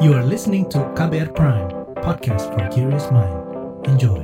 You are listening to KBR Prime, podcast for curious mind. Enjoy.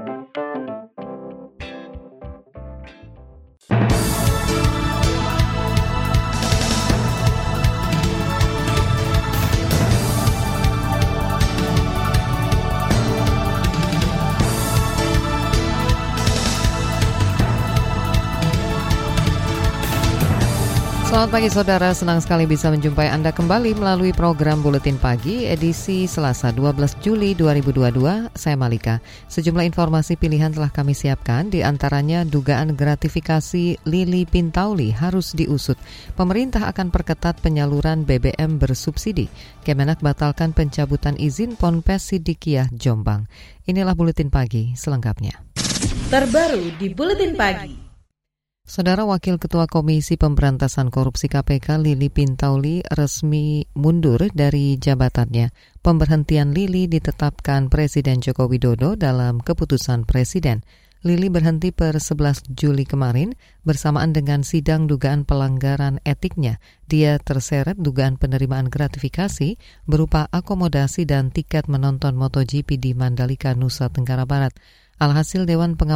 Selamat pagi saudara, senang sekali bisa menjumpai Anda kembali melalui program Buletin Pagi edisi Selasa 12 Juli 2022. Saya Malika. Sejumlah informasi pilihan telah kami siapkan, di antaranya dugaan gratifikasi Lili Pintauli harus diusut. Pemerintah akan perketat penyaluran BBM bersubsidi. Kemenak batalkan pencabutan izin Ponpes Sidikiyah Jombang. Inilah Buletin Pagi selengkapnya. Terbaru di Buletin Pagi. Saudara Wakil Ketua Komisi Pemberantasan Korupsi KPK Lili Pintauli resmi mundur dari jabatannya. Pemberhentian Lili ditetapkan Presiden Joko Widodo dalam keputusan Presiden. Lili berhenti per 11 Juli kemarin bersamaan dengan sidang dugaan pelanggaran etiknya. Dia terseret dugaan penerimaan gratifikasi berupa akomodasi dan tiket menonton MotoGP di Mandalika, Nusa Tenggara Barat. Alhasil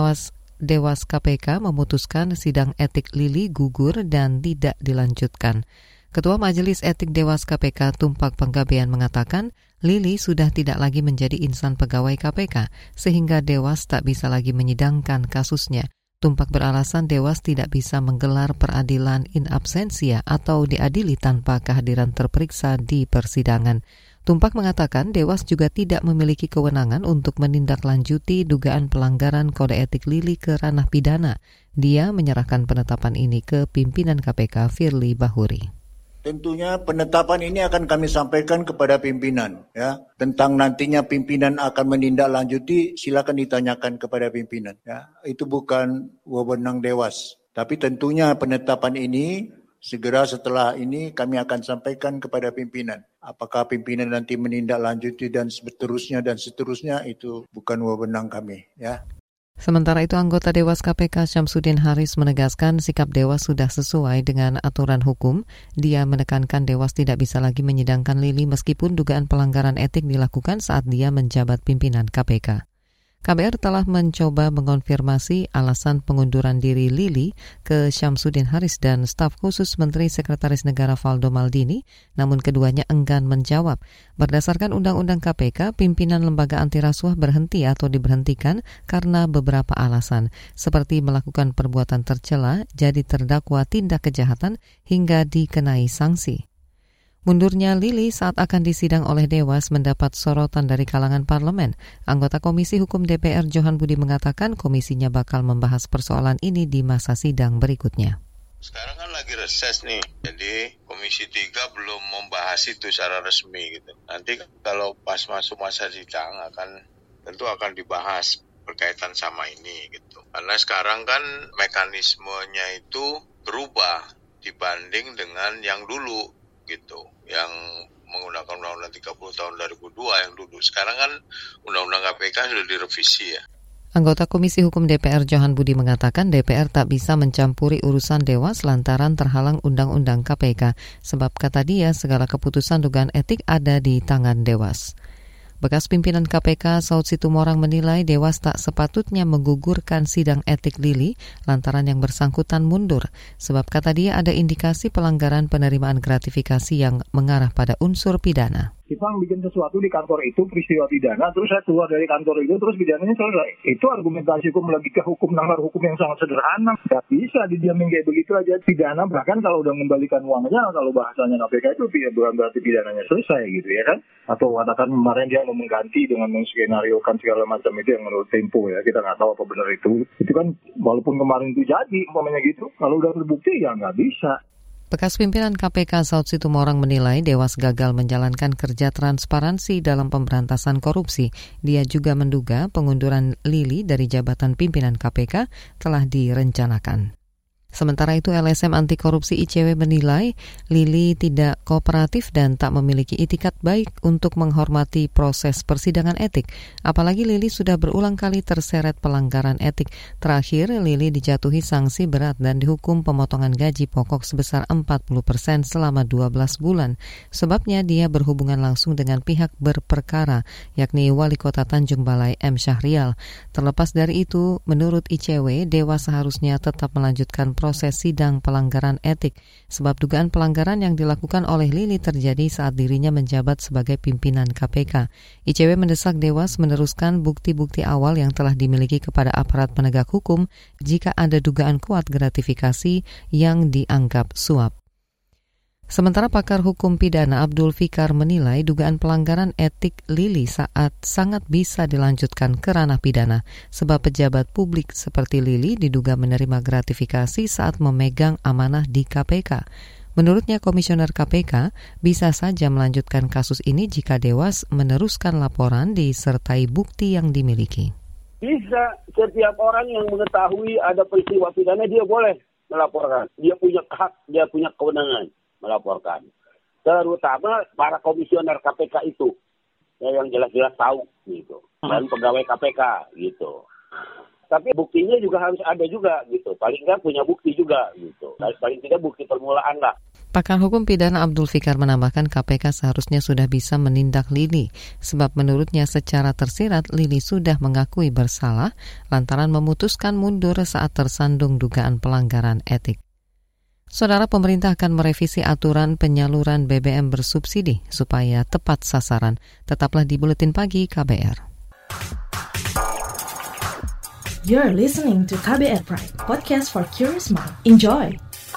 Dewas KPK memutuskan sidang etik Lili gugur dan tidak dilanjutkan. Ketua Majelis Etik Dewas KPK Tumpak Panggabean mengatakan Lili sudah tidak lagi menjadi insan pegawai KPK sehingga Dewas tak bisa lagi menyidangkan kasusnya. Tumpak beralasan Dewas tidak bisa menggelar peradilan in absentia atau diadili tanpa kehadiran terperiksa di persidangan. Tumpak mengatakan Dewas juga tidak memiliki kewenangan untuk menindaklanjuti dugaan pelanggaran kode etik Lili ke ranah pidana. Dia menyerahkan penetapan ini ke pimpinan KPK Firly Bahuri. Tentunya penetapan ini akan kami sampaikan kepada pimpinan, ya. Tentang nantinya pimpinan akan menindaklanjuti, silakan ditanyakan kepada pimpinan, ya. Itu bukan wewenang Dewas. Tapi tentunya penetapan ini segera setelah ini kami akan sampaikan kepada pimpinan. Apakah pimpinan nanti menindaklanjuti dan seterusnya itu bukan wewenang kami, ya. Sementara itu anggota Dewas KPK Syamsuddin Haris menegaskan sikap Dewas sudah sesuai dengan aturan hukum. Dia menekankan Dewas tidak bisa lagi menyidangkan Lili meskipun dugaan pelanggaran etik dilakukan saat dia menjabat pimpinan KPK. KBR telah mencoba mengonfirmasi alasan pengunduran diri Lili ke Syamsuddin Haris dan staf khusus Menteri Sekretaris Negara Valdo Maldini, namun keduanya enggan menjawab. Berdasarkan Undang-Undang KPK, pimpinan lembaga anti rasuah berhenti atau diberhentikan karena beberapa alasan, seperti melakukan perbuatan tercela, jadi terdakwa tindak kejahatan, hingga dikenai sanksi. Mundurnya Lili saat akan disidang oleh Dewas mendapat sorotan dari kalangan parlemen. Anggota Komisi Hukum DPR Johan Budi mengatakan komisinya bakal membahas persoalan ini di masa sidang berikutnya. Sekarang kan lagi reses nih, jadi Komisi 3 belum membahas itu secara resmi gitu. Nanti kalau pas masuk masa sidang tentu akan dibahas berkaitan sama ini gitu. Karena sekarang kan mekanismenya itu berubah dibanding dengan yang dulu gitu, yang menggunakan Undang-Undang 30 tahun 2002 yang dulu. Sekarang kan Undang-Undang KPK sudah direvisi ya. Anggota Komisi Hukum DPR Johan Budi mengatakan DPR tak bisa mencampuri urusan Dewas lantaran terhalang Undang-Undang KPK. Sebab kata dia segala keputusan dugaan etik ada di tangan Dewas. Bekas pimpinan KPK Saud Situmorang menilai Dewas tak sepatutnya menggugurkan sidang etik Lili lantaran yang bersangkutan mundur. Sebab kata dia ada indikasi pelanggaran penerimaan gratifikasi yang mengarah pada unsur pidana. Kita bikin sesuatu di kantor itu, peristiwa pidana, terus saya keluar dari kantor itu, terus pidananya selesai. Itu argumentasi hukum, logika hukum, nalar hukum yang sangat sederhana. Gak bisa didiamin kayak begitu aja. Pidana, bahkan kalau udah mengembalikan uangnya, kalau bahasanya KPK itu bukan berarti pidananya selesai gitu ya kan. Atau katakan kemarin dia mau mengganti dengan menskenariokan segala macam itu yang menurut Tempo ya. Kita nggak tahu apa benar itu. Itu kan walaupun kemarin itu jadi, umpamanya gitu, kalau udah terbukti ya nggak bisa. Bekas pimpinan KPK Saud Situmorang menilai Dewas gagal menjalankan kerja transparansi dalam pemberantasan korupsi. Dia juga menduga pengunduran Lili dari jabatan pimpinan KPK telah direncanakan. Sementara itu, LSM Anti Korupsi ICW menilai Lili tidak kooperatif dan tak memiliki itikat baik untuk menghormati proses persidangan etik. Apalagi Lili sudah berulang kali terseret pelanggaran etik. Terakhir, Lili dijatuhi sanksi berat dan dihukum pemotongan gaji pokok sebesar 40% selama 12 bulan. Sebabnya dia berhubungan langsung dengan pihak berperkara, yakni Wali Kota Tanjung Balai M. Syahrial. Terlepas dari itu, menurut ICW, Dewas seharusnya tetap melanjutkan proses sidang pelanggaran etik, sebab dugaan pelanggaran yang dilakukan oleh Lili terjadi saat dirinya menjabat sebagai pimpinan KPK. ICW mendesak Dewas meneruskan bukti-bukti awal yang telah dimiliki kepada aparat penegak hukum jika ada dugaan kuat gratifikasi yang dianggap suap. Sementara pakar hukum pidana Abdul Fikar menilai dugaan pelanggaran etik Lili sangat bisa dilanjutkan ke ranah pidana, sebab pejabat publik seperti Lili diduga menerima gratifikasi saat memegang amanah di KPK. Menurutnya, Komisioner KPK bisa saja melanjutkan kasus ini jika Dewas meneruskan laporan disertai bukti yang dimiliki. Bisa setiap orang yang mengetahui ada peristiwa pidana dia boleh melaporkan. Dia punya hak, dia punya kewenangan melaporkan. Terutama para komisioner KPK itu yang jelas-jelas tahu gitu. Dan pegawai KPK gitu. Tapi buktinya juga harus ada juga gitu. Paling nggak punya bukti juga gitu. Paling tidak bukti permulaan lah. Pakar hukum pidana Abdul Fikar menambahkan KPK seharusnya sudah bisa menindak Lili, sebab menurutnya secara tersirat Lili sudah mengakui bersalah lantaran memutuskan mundur saat tersandung dugaan pelanggaran etik. Saudara, pemerintah akan merevisi aturan penyaluran BBM bersubsidi supaya tepat sasaran. Tetaplah di Buletin Pagi KBR. You're listening to KBR Pride, podcast for curious mind. Enjoy!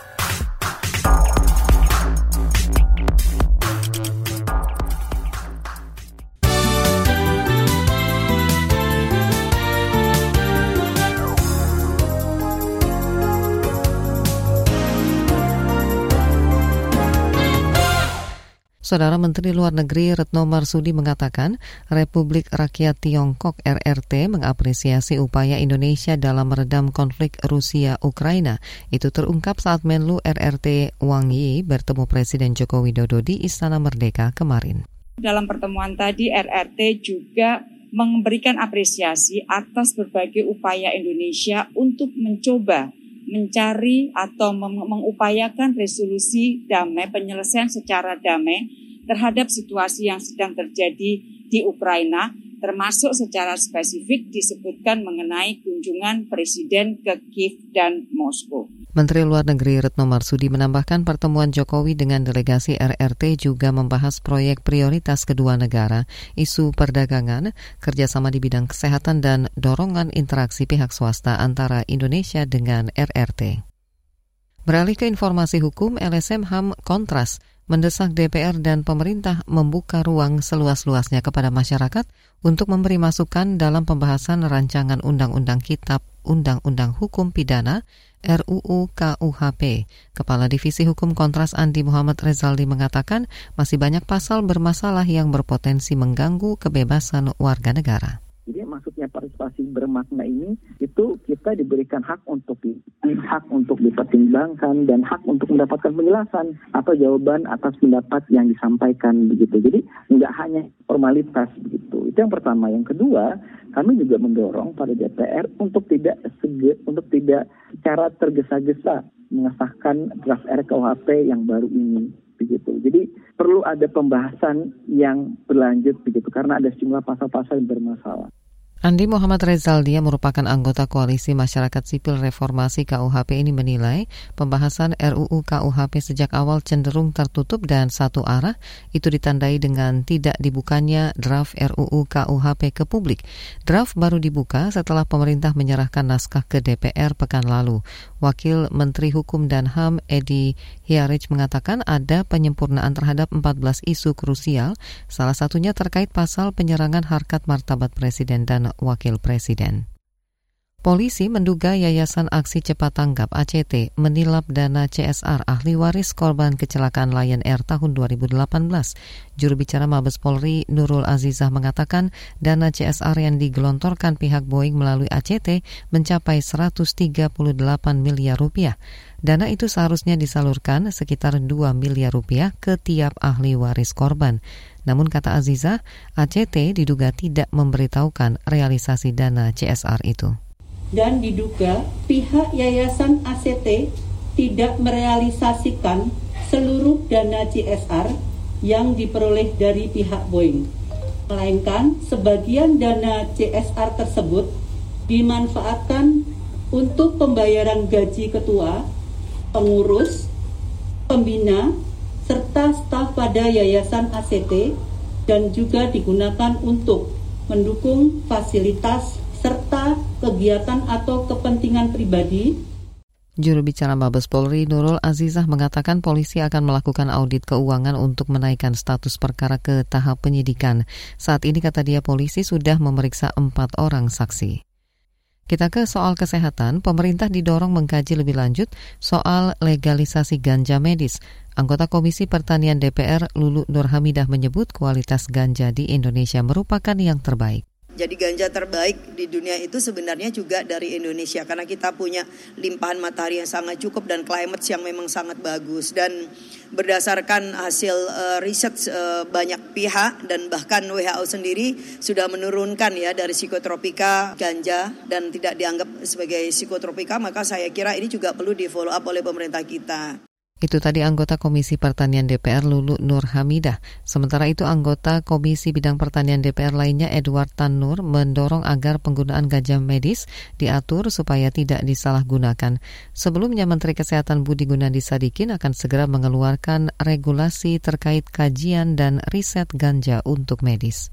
Saudara Menteri Luar Negeri Retno Marsudi mengatakan Republik Rakyat Tiongkok RRT mengapresiasi upaya Indonesia dalam meredam konflik Rusia-Ukraina. Itu terungkap saat Menlu RRT Wang Yi bertemu Presiden Joko Widodo di Istana Merdeka kemarin. Dalam pertemuan tadi, RRT juga memberikan apresiasi atas berbagai upaya Indonesia untuk mencoba mencari atau mengupayakan resolusi damai, penyelesaian secara damai terhadap situasi yang sedang terjadi di Ukraina, termasuk secara spesifik disebutkan mengenai kunjungan Presiden ke Kiev dan Moskow. Menteri Luar Negeri Retno Marsudi menambahkan pertemuan Jokowi dengan delegasi RRT juga membahas proyek prioritas kedua negara, isu perdagangan, kerjasama di bidang kesehatan, dan dorongan interaksi pihak swasta antara Indonesia dengan RRT. Beralih ke informasi hukum, LSM HAM Kontras mendesak DPR dan pemerintah membuka ruang seluas-luasnya kepada masyarakat untuk memberi masukan dalam pembahasan rancangan Undang-Undang Kitab Undang-Undang Hukum Pidana RUU KUHP. Kepala Divisi Hukum Kontras Andi Muhammad Rezaldi mengatakan masih banyak pasal bermasalah yang berpotensi mengganggu kebebasan warga negara. Jadi maksudnya partisipasi bermakna ini itu kita diberikan hak untuk dipertimbangkan dan hak untuk mendapatkan penjelasan atau jawaban atas pendapat yang disampaikan begitu. Jadi nggak hanya formalitas begitu. Itu yang pertama. Yang kedua, kami juga mendorong pada DPR untuk tidak secara tergesa-gesa mengesahkan draft RKUHP yang baru ini begitu. Jadi perlu ada pembahasan yang berlanjut begitu karena ada sejumlah pasal-pasal yang bermasalah. Andi Muhammad Rezaldi yang merupakan anggota Koalisi Masyarakat Sipil Reformasi KUHP ini menilai pembahasan RUU KUHP sejak awal cenderung tertutup dan satu arah, itu ditandai dengan tidak dibukanya draft RUU KUHP ke publik. Draft baru dibuka setelah pemerintah menyerahkan naskah ke DPR pekan lalu. Wakil Menteri Hukum dan HAM Edi Hiarij mengatakan ada penyempurnaan terhadap 14 isu krusial, salah satunya terkait pasal penyerangan harkat martabat Presiden dan Wakil Presiden. Polisi menduga Yayasan Aksi Cepat Tanggap ACT menilap dana CSR ahli waris korban kecelakaan Lion Air tahun 2018. Juru bicara Mabes Polri Nurul Azizah mengatakan dana CSR yang digelontorkan pihak Boeing melalui ACT mencapai 138 miliar rupiah. Dana itu seharusnya disalurkan sekitar 2 miliar rupiah ke tiap ahli waris korban. Namun kata Azizah, ACT diduga tidak memberitahukan realisasi dana CSR itu. Dan diduga pihak Yayasan ACT tidak merealisasikan seluruh dana CSR yang diperoleh dari pihak Boeing, melainkan sebagian dana CSR tersebut dimanfaatkan untuk pembayaran gaji ketua, pengurus, pembina, serta staf pada Yayasan ACT dan juga digunakan untuk mendukung fasilitas serta kegiatan atau kepentingan pribadi. Juru bicara Mabes Polri Nurul Azizah mengatakan polisi akan melakukan audit keuangan untuk menaikkan status perkara ke tahap penyidikan. Saat ini kata dia polisi sudah memeriksa 4 orang saksi. Kita ke soal kesehatan, pemerintah didorong mengkaji lebih lanjut soal legalisasi ganja medis. Anggota Komisi Pertanian DPR Lulu Nurhamidah menyebut kualitas ganja di Indonesia merupakan yang terbaik. Jadi ganja terbaik di dunia itu sebenarnya juga dari Indonesia karena kita punya limpahan matahari yang sangat cukup dan climate yang memang sangat bagus. Dan berdasarkan hasil riset banyak pihak dan bahkan WHO sendiri sudah menurunkan ya dari psikotropika ganja dan tidak dianggap sebagai psikotropika, maka saya kira ini juga perlu di follow up oleh pemerintah kita. Itu tadi anggota Komisi Pertanian DPR Lulu Nurhamidah. Sementara itu anggota Komisi Bidang Pertanian DPR lainnya Edward Tanur mendorong agar penggunaan ganja medis diatur supaya tidak disalahgunakan. Sebelumnya Menteri Kesehatan Budi Gunadi Sadikin akan segera mengeluarkan regulasi terkait kajian dan riset ganja untuk medis.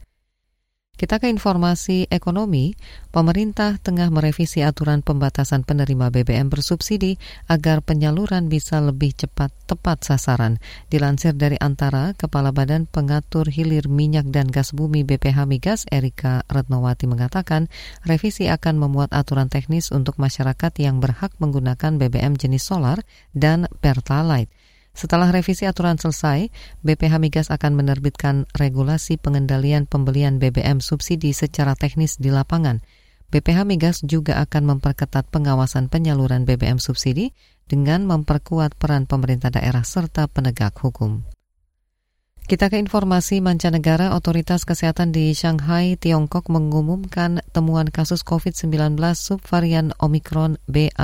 Kita ke informasi ekonomi, pemerintah tengah merevisi aturan pembatasan penerima BBM bersubsidi agar penyaluran bisa lebih cepat tepat sasaran. Dilansir dari Antara, Kepala Badan Pengatur Hilir Minyak dan Gas Bumi BPH Migas, Erika Retnowati mengatakan, revisi akan memuat aturan teknis untuk masyarakat yang berhak menggunakan BBM jenis solar dan Pertalite. Setelah revisi aturan selesai, BPH Migas akan menerbitkan regulasi pengendalian pembelian BBM subsidi secara teknis di lapangan. BPH Migas juga akan memperketat pengawasan penyaluran BBM subsidi dengan memperkuat peran pemerintah daerah serta penegak hukum. Kita ke informasi mancanegara, otoritas kesehatan di Shanghai, Tiongkok mengumumkan temuan kasus COVID-19 subvarian Omicron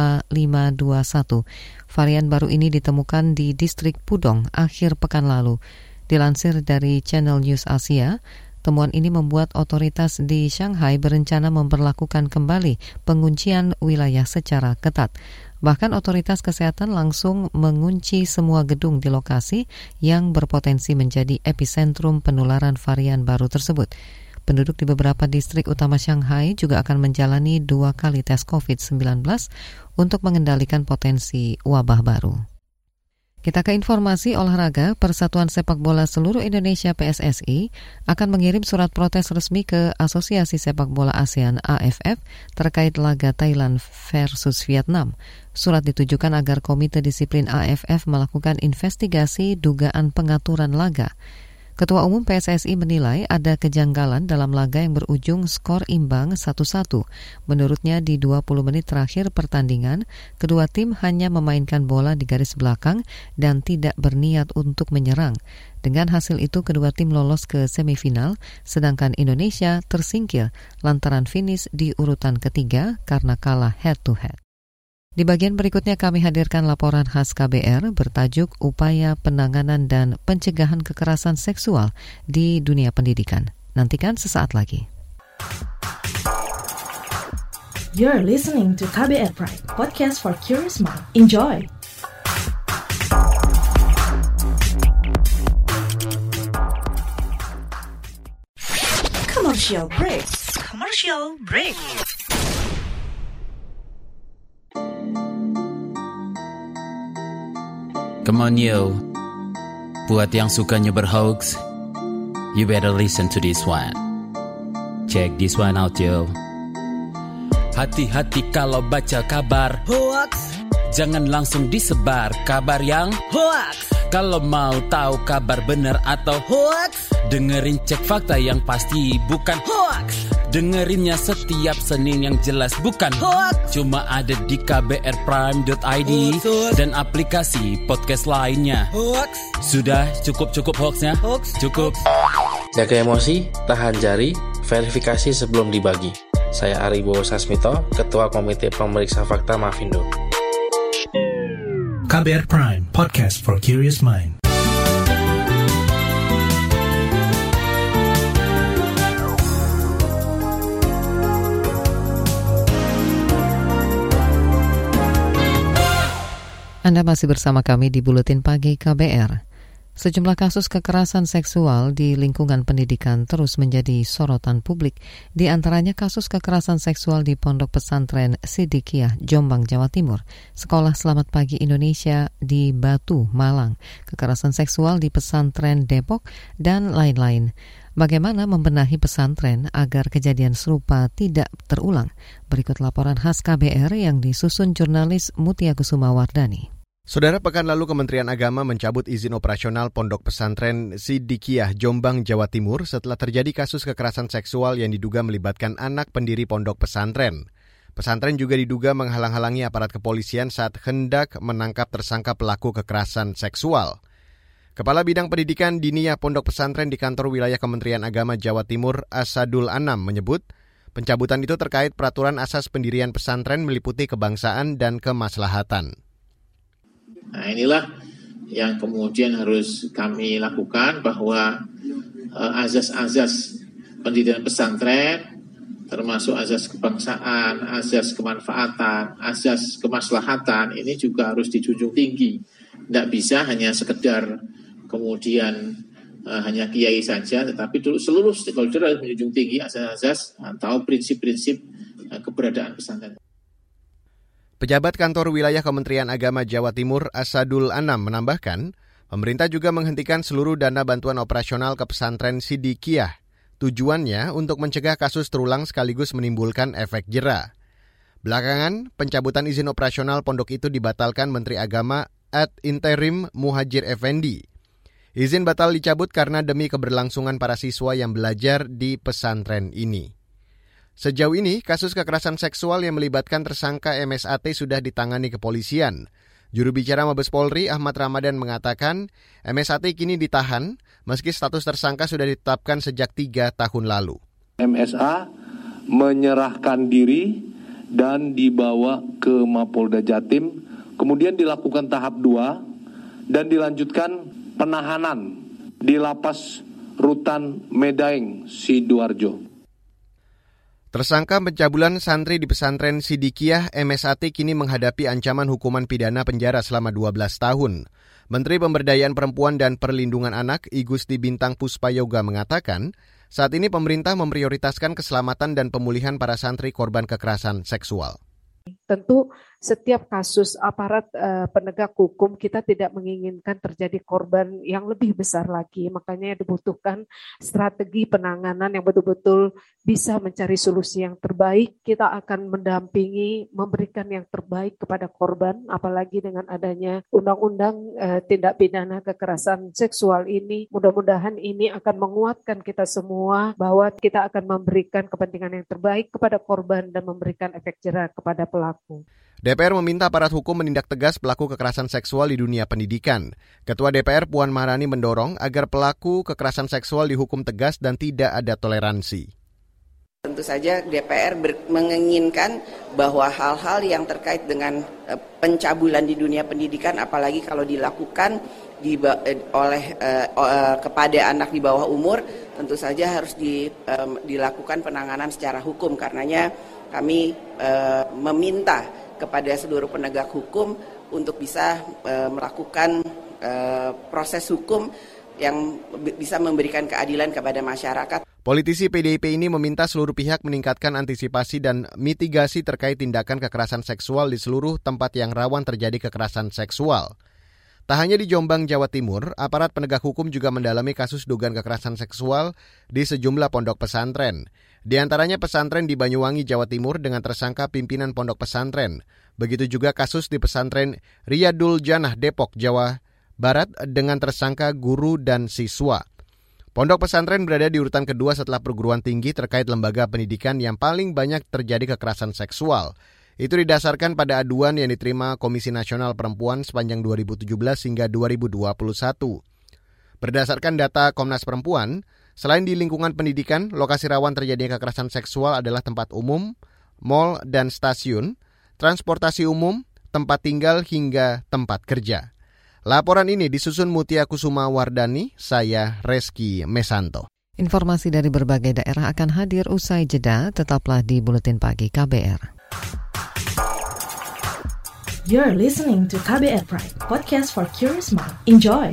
BA.521. Varian baru ini ditemukan di distrik Pudong akhir pekan lalu. Dilansir dari Channel News Asia, temuan ini membuat otoritas di Shanghai berencana memperlakukan kembali penguncian wilayah secara ketat. Bahkan otoritas kesehatan langsung mengunci semua gedung di lokasi yang berpotensi menjadi epicentrum penularan varian baru tersebut. Penduduk di beberapa distrik utama Shanghai juga akan menjalani 2 kali tes COVID-19 untuk mengendalikan potensi wabah baru. Kita ke informasi olahraga, Persatuan Sepak Bola Seluruh Indonesia PSSI akan mengirim surat protes resmi ke Asosiasi Sepak Bola ASEAN AFF terkait laga Thailand versus Vietnam. Surat ditujukan agar Komite Disiplin AFF melakukan investigasi dugaan pengaturan laga. Ketua Umum PSSI menilai ada kejanggalan dalam laga yang berujung skor imbang 1-1. Menurutnya di 20 menit terakhir pertandingan, kedua tim hanya memainkan bola di garis belakang dan tidak berniat untuk menyerang. Dengan hasil itu kedua tim lolos ke semifinal, sedangkan Indonesia tersingkir lantaran finish di urutan ketiga karena kalah head-to-head. Di bagian berikutnya kami hadirkan laporan khas KBR bertajuk Upaya Penanganan dan Pencegahan Kekerasan Seksual di Dunia Pendidikan. Nantikan sesaat lagi. You're listening to KBR Pride, podcast for curious mind. Enjoy! Commercial break. Commercial break. Come on yo, buat yang sukanya berhoax, you better listen to this one. Check this one out yo. Hati-hati kalau baca kabar hoax. Jangan langsung disebar kabar yang hoax. Kalau mau tahu kabar benar atau hoax, dengerin cek fakta yang pasti bukan hoax. Dengerinnya setiap Senin yang jelas bukan hoax. Cuma ada di kbrprime.id dan aplikasi podcast lainnya. Hoax. Sudah cukup hoaxnya? Hoax. Cukup. Jaga emosi, tahan jari, verifikasi sebelum dibagi. Saya Ari Bowo Sasmito, Ketua Komite Pemeriksa Fakta Mafindo. KBR Prime, podcast for curious mind. Anda masih bersama kami di Buletin Pagi KBR. Sejumlah kasus kekerasan seksual di lingkungan pendidikan terus menjadi sorotan publik. Di antaranya kasus kekerasan seksual di Pondok Pesantren Siddiqiyah, Jombang, Jawa Timur, Sekolah Selamat Pagi Indonesia di Batu, Malang, kekerasan seksual di pesantren Depok, dan lain-lain. Bagaimana membenahi pesantren agar kejadian serupa tidak terulang? Berikut laporan khas KBR yang disusun jurnalis Mutia Kusuma Wardani. Saudara, pekan lalu Kementerian Agama mencabut izin operasional Pondok Pesantren Siddiqiyah, Jombang, Jawa Timur setelah terjadi kasus kekerasan seksual yang diduga melibatkan anak pendiri pondok pesantren. Pesantren juga diduga menghalang-halangi aparat kepolisian saat hendak menangkap tersangka pelaku kekerasan seksual. Kepala Bidang Pendidikan Diniyah Pondok Pesantren di Kantor Wilayah Kementerian Agama Jawa Timur, Asadul Anam, menyebut pencabutan itu terkait peraturan asas pendirian pesantren meliputi kebangsaan dan kemaslahatan. Nah, inilah yang kemudian harus kami lakukan, bahwa azas-azas pendirian pesantren, termasuk azas kebangsaan, azas kemanfaatan, azas kemaslahatan, ini juga harus dijunjung tinggi. Tidak bisa hanya sekedar kemudian hanya kiai saja, tetapi seluruh stakeholder harus menjunjung tinggi azas-azas atau prinsip-prinsip keberadaan pesantren. Pejabat Kantor Wilayah Kementerian Agama Jawa Timur, Asadul Anam, menambahkan, pemerintah juga menghentikan seluruh dana bantuan operasional ke pesantren Siddiqiyah. Tujuannya untuk mencegah kasus terulang sekaligus menimbulkan efek jera. Belakangan, pencabutan izin operasional pondok itu dibatalkan Menteri Agama ad interim Muhajir Effendi. Izin batal dicabut karena demi keberlangsungan para siswa yang belajar di pesantren ini. Sejauh ini, kasus kekerasan seksual yang melibatkan tersangka MSAT sudah ditangani kepolisian. Juru bicara Mabes Polri, Ahmad Ramadan, mengatakan MSAT kini ditahan meski status tersangka sudah ditetapkan sejak 3 tahun lalu. MSA menyerahkan diri dan dibawa ke Mapolda Jatim, kemudian dilakukan tahap 2 dan dilanjutkan penahanan di Lapas Rutan Medaeng, Sidoarjo. Tersangka pencabulan santri di pesantren Siddiqiyah, MSAT kini menghadapi ancaman hukuman pidana penjara selama 12 tahun. Menteri Pemberdayaan Perempuan dan Perlindungan Anak, I Gusti Bintang Puspayoga, mengatakan saat ini pemerintah memprioritaskan keselamatan dan pemulihan para santri korban kekerasan seksual. Tentu setiap kasus aparat penegak hukum kita tidak menginginkan terjadi korban yang lebih besar lagi. Makanya dibutuhkan strategi penanganan yang betul-betul bisa mencari solusi yang terbaik. Kita akan mendampingi, memberikan yang terbaik kepada korban. Apalagi dengan adanya undang-undang tindak pidana kekerasan seksual ini. Mudah-mudahan ini akan menguatkan kita semua bahwa kita akan memberikan kepentingan yang terbaik kepada korban dan memberikan efek jera kepada pelaku. DPR meminta aparat hukum menindak tegas pelaku kekerasan seksual di dunia pendidikan. Ketua DPR Puan Maharani mendorong agar pelaku kekerasan seksual dihukum tegas dan tidak ada toleransi. Tentu saja DPR menginginkan bahwa hal-hal yang terkait dengan pencabulan di dunia pendidikan, apalagi kalau dilakukan kepada anak di bawah umur, tentu saja harus dilakukan penanganan secara hukum. Karenanya kami meminta kepada seluruh penegak hukum untuk bisa melakukan proses hukum yang bisa memberikan keadilan kepada masyarakat. Politisi PDIP ini meminta seluruh pihak meningkatkan antisipasi dan mitigasi terkait tindakan kekerasan seksual di seluruh tempat yang rawan terjadi kekerasan seksual. Tak hanya di Jombang, Jawa Timur, aparat penegak hukum juga mendalami kasus dugaan kekerasan seksual di sejumlah pondok pesantren. Di antaranya pesantren di Banyuwangi, Jawa Timur dengan tersangka pimpinan pondok pesantren. Begitu juga kasus di pesantren Riyadul Jannah, Depok, Jawa Barat dengan tersangka guru dan siswa. Pondok pesantren berada di urutan kedua setelah perguruan tinggi terkait lembaga pendidikan yang paling banyak terjadi kekerasan seksual. Itu didasarkan pada aduan yang diterima Komisi Nasional Perempuan sepanjang 2017 hingga 2021. Berdasarkan data Komnas Perempuan, selain di lingkungan pendidikan, lokasi rawan terjadinya kekerasan seksual adalah tempat umum, mal dan stasiun, transportasi umum, tempat tinggal hingga tempat kerja. Laporan ini disusun Mutia Kusuma Wardani, saya Reski Mesanto. Informasi dari berbagai daerah akan hadir usai jeda, tetaplah di Buletin Pagi KBR. You're listening to KBR Prime, podcast for curious mind. Enjoy!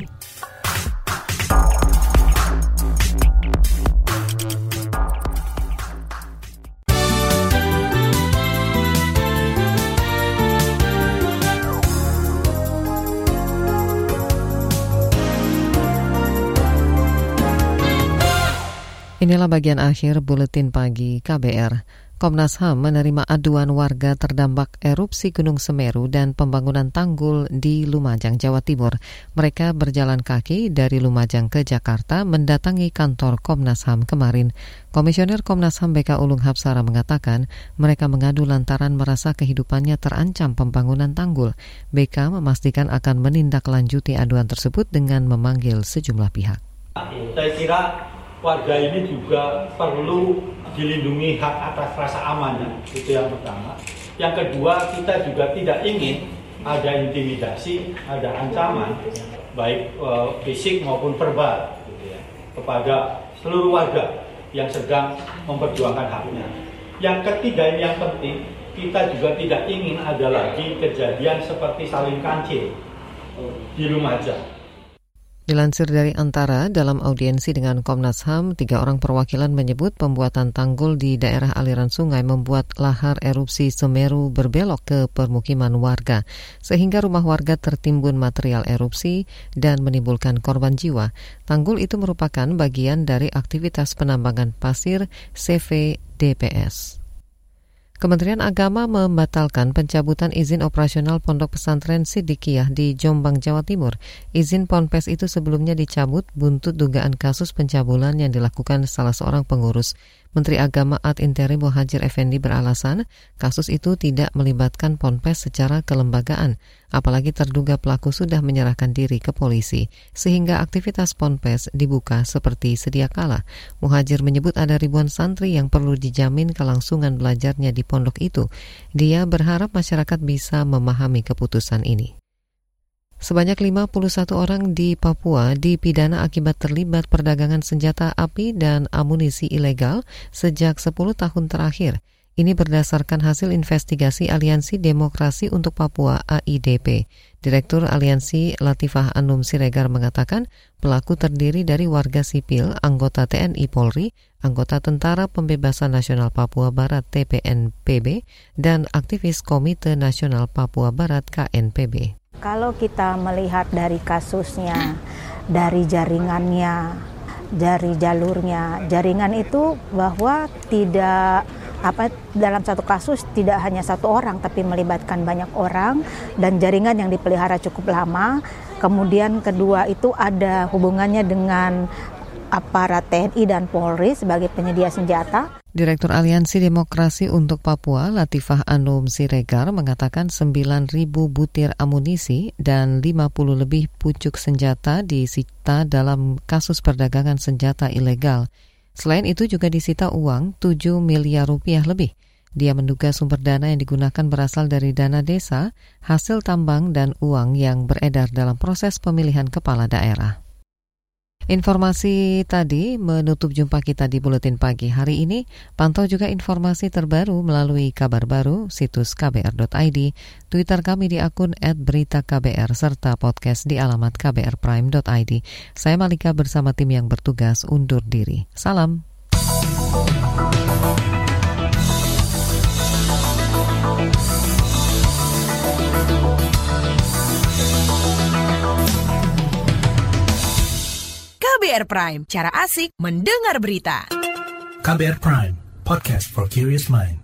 Inilah bagian akhir Buletin Pagi KBR. Komnas HAM menerima aduan warga terdampak erupsi Gunung Semeru dan pembangunan tanggul di Lumajang, Jawa Timur. Mereka berjalan kaki dari Lumajang ke Jakarta mendatangi kantor Komnas HAM kemarin. Komisioner Komnas HAM BK Ulung Hapsara mengatakan mereka mengadu lantaran merasa kehidupannya terancam pembangunan tanggul. BK memastikan akan menindaklanjuti aduan tersebut dengan memanggil sejumlah pihak. Saya kira warga ini juga perlu dilindungi hak atas rasa amannya, itu yang pertama. Yang kedua, kita juga tidak ingin ada intimidasi, ada ancaman, baik fisik maupun verbal, kepada seluruh warga yang sedang memperjuangkan haknya. Yang ketiga, ini yang penting, kita juga tidak ingin ada lagi kejadian seperti saling kancil di Lumajang. Dilansir dari Antara, dalam audiensi dengan Komnas HAM, 3 orang perwakilan menyebut pembuatan tanggul di daerah aliran sungai membuat lahar erupsi Semeru berbelok ke permukiman warga, sehingga rumah warga tertimbun material erupsi dan menimbulkan korban jiwa. Tanggul itu merupakan bagian dari aktivitas penambangan pasir CVDPS. Kementerian Agama membatalkan pencabutan izin operasional Pondok Pesantren Siddiqiyah di Jombang, Jawa Timur. Izin Ponpes itu sebelumnya dicabut buntut dugaan kasus pencabulan yang dilakukan salah seorang pengurus. Menteri Agama ad interim Muhadjir Effendi beralasan kasus itu tidak melibatkan Ponpes secara kelembagaan, apalagi terduga pelaku sudah menyerahkan diri ke polisi, sehingga aktivitas Ponpes dibuka seperti sedia kala. Muhadjir menyebut ada ribuan santri yang perlu dijamin kelangsungan belajarnya di pondok itu. Dia berharap masyarakat bisa memahami keputusan ini. Sebanyak 51 orang di Papua dipidana akibat terlibat perdagangan senjata api dan amunisi ilegal sejak 10 tahun terakhir. Ini berdasarkan hasil investigasi Aliansi Demokrasi untuk Papua AIDP. Direktur Aliansi Latifah Anum Siregar mengatakan pelaku terdiri dari warga sipil, anggota TNI Polri, anggota Tentara Pembebasan Nasional Papua Barat TPNPB, dan aktivis Komite Nasional Papua Barat KNPB. Kalau kita melihat dari kasusnya, dari jaringannya, dari jalurnya, jaringan itu bahwa tidak dalam satu kasus tidak hanya satu orang tapi melibatkan banyak orang dan jaringan yang dipelihara cukup lama. Kemudian kedua itu ada hubungannya dengan aparat TNI dan Polri sebagai penyedia senjata. Direktur Aliansi Demokrasi untuk Papua, Latifah Anum Siregar, mengatakan 9.000 butir amunisi dan 50 lebih pucuk senjata disita dalam kasus perdagangan senjata ilegal. Selain itu juga disita uang 7 miliar rupiah lebih. Dia menduga sumber dana yang digunakan berasal dari dana desa, hasil tambang, dan uang yang beredar dalam proses pemilihan kepala daerah. Informasi tadi menutup jumpa kita di Buletin Pagi hari ini. Pantau juga informasi terbaru melalui kabar baru, situs kbr.id, Twitter kami di akun @beritaKBR, serta podcast di alamat kbrprime.id. Saya Malika bersama tim yang bertugas undur diri. Salam. KBR Prime, cara asik mendengar berita. KBR Prime, podcast for curious mind.